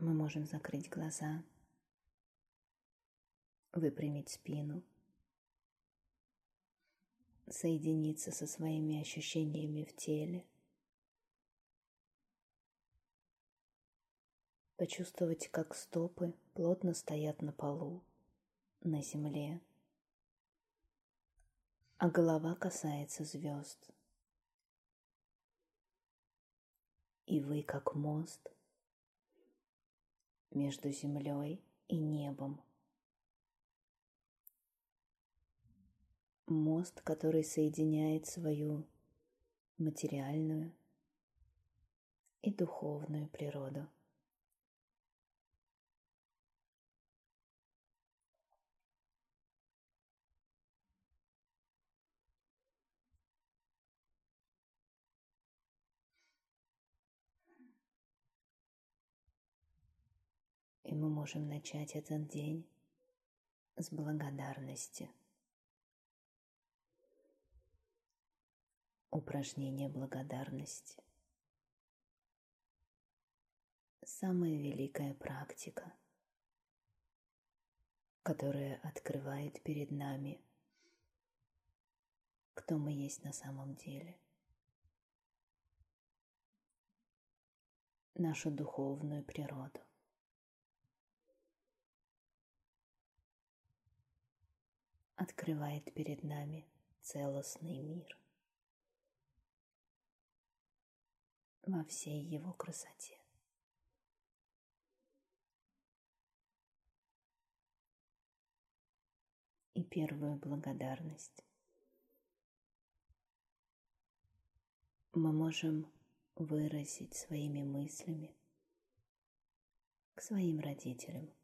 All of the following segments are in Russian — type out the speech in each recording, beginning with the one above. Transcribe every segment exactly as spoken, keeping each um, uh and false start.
Мы можем закрыть глаза, выпрямить спину, соединиться со своими ощущениями в теле, почувствовать, как стопы плотно стоят на полу, на земле, а голова касается звезд. И вы, как мост между землей и небом. Мост, который соединяет свою материальную и духовную природу. И мы можем начать этот день с благодарности. Упражнение благодарности. Самая великая практика, которая открывает перед нами, кто мы есть на самом деле, нашу духовную природу. Открывает перед нами целостный мир во всей его красоте. И первую благодарность мы можем выразить своими мыслями к своим родителям,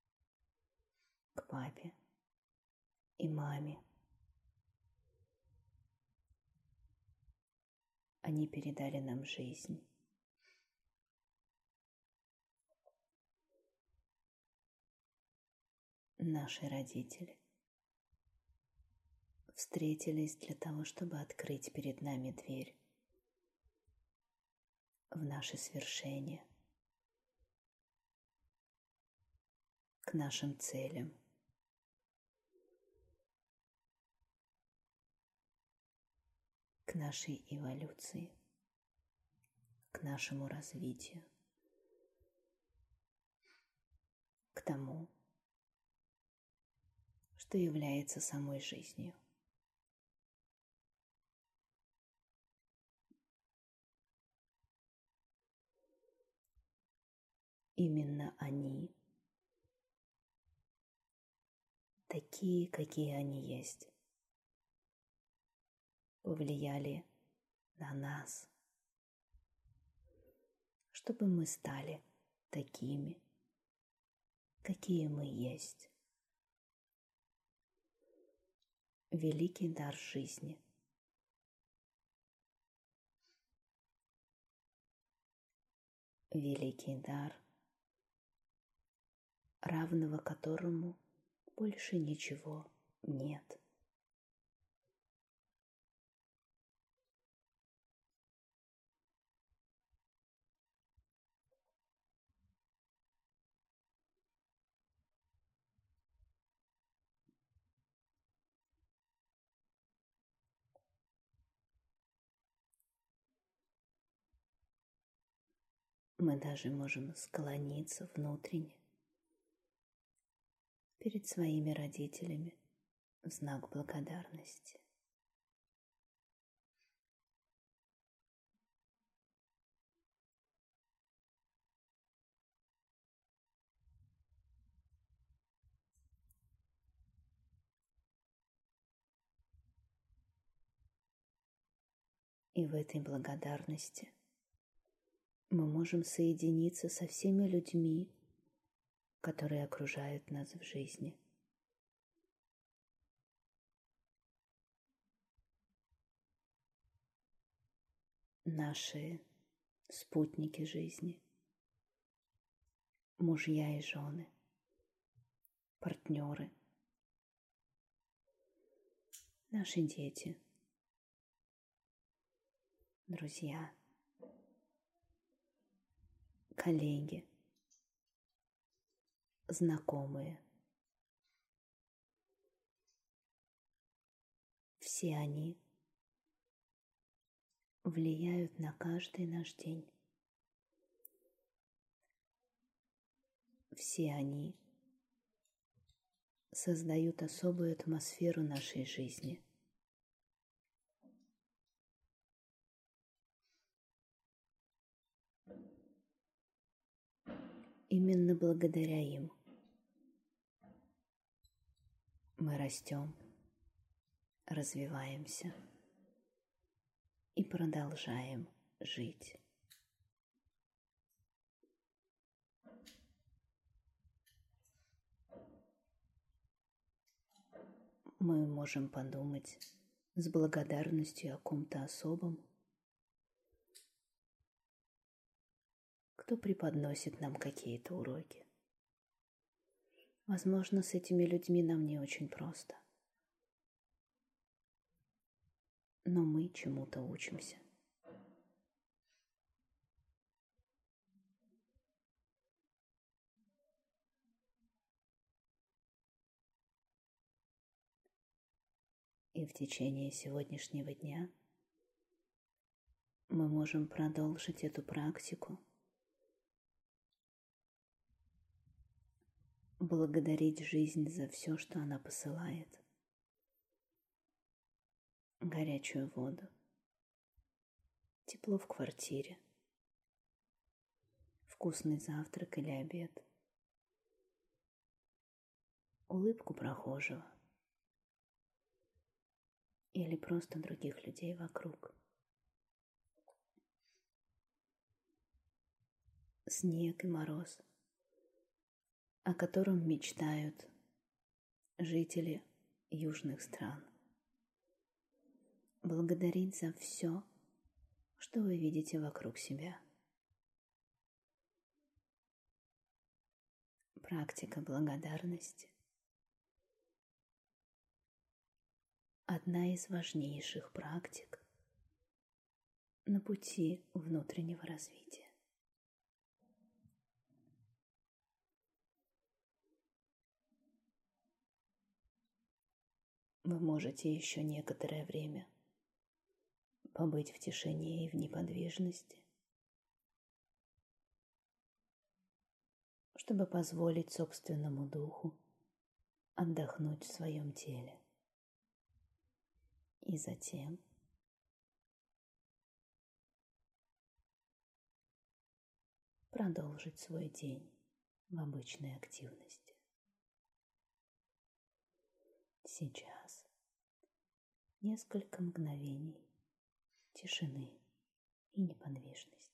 к папе и маме. Они передали нам жизнь. Наши родители встретились для того, чтобы открыть перед нами дверь в наши свершения, к нашим целям. К нашей эволюции, к нашему развитию, к тому, что является самой жизнью. Именно они, такие, какие они есть, повлияли на нас, чтобы мы стали такими, какие мы есть. Великий дар жизни. Великий дар, равного которому больше ничего нет. Мы даже можем склониться внутренне перед своими родителями в знак благодарности. И в этой благодарности мы можем соединиться со всеми людьми, которые окружают нас в жизни. Наши спутники жизни, мужья и жены, партнеры, наши дети, друзья, коллеги, знакомые. Все они влияют на каждый наш день. Все они создают особую атмосферу нашей жизни. Именно благодаря им мы растем, развиваемся и продолжаем жить. Мы можем подумать с благодарностью о ком-то особом, кто преподносит нам какие-то уроки. Возможно, с этими людьми нам не очень просто, но мы чему-то учимся. И в течение сегодняшнего дня мы можем продолжить эту практику, благодарить жизнь за все, что она посылает. Горячую воду, тепло в квартире, вкусный завтрак или обед, улыбку прохожего или просто других людей вокруг. Снег и мороз, о котором мечтают жители южных стран. Благодарить за все, что вы видите вокруг себя. Практика благодарности – одна из важнейших практик на пути внутреннего развития. Вы можете еще некоторое время побыть в тишине и в неподвижности, чтобы позволить собственному духу отдохнуть в своем теле. И затем продолжить свой день в обычной активности. Сейчас несколько мгновений тишины и неподвижности.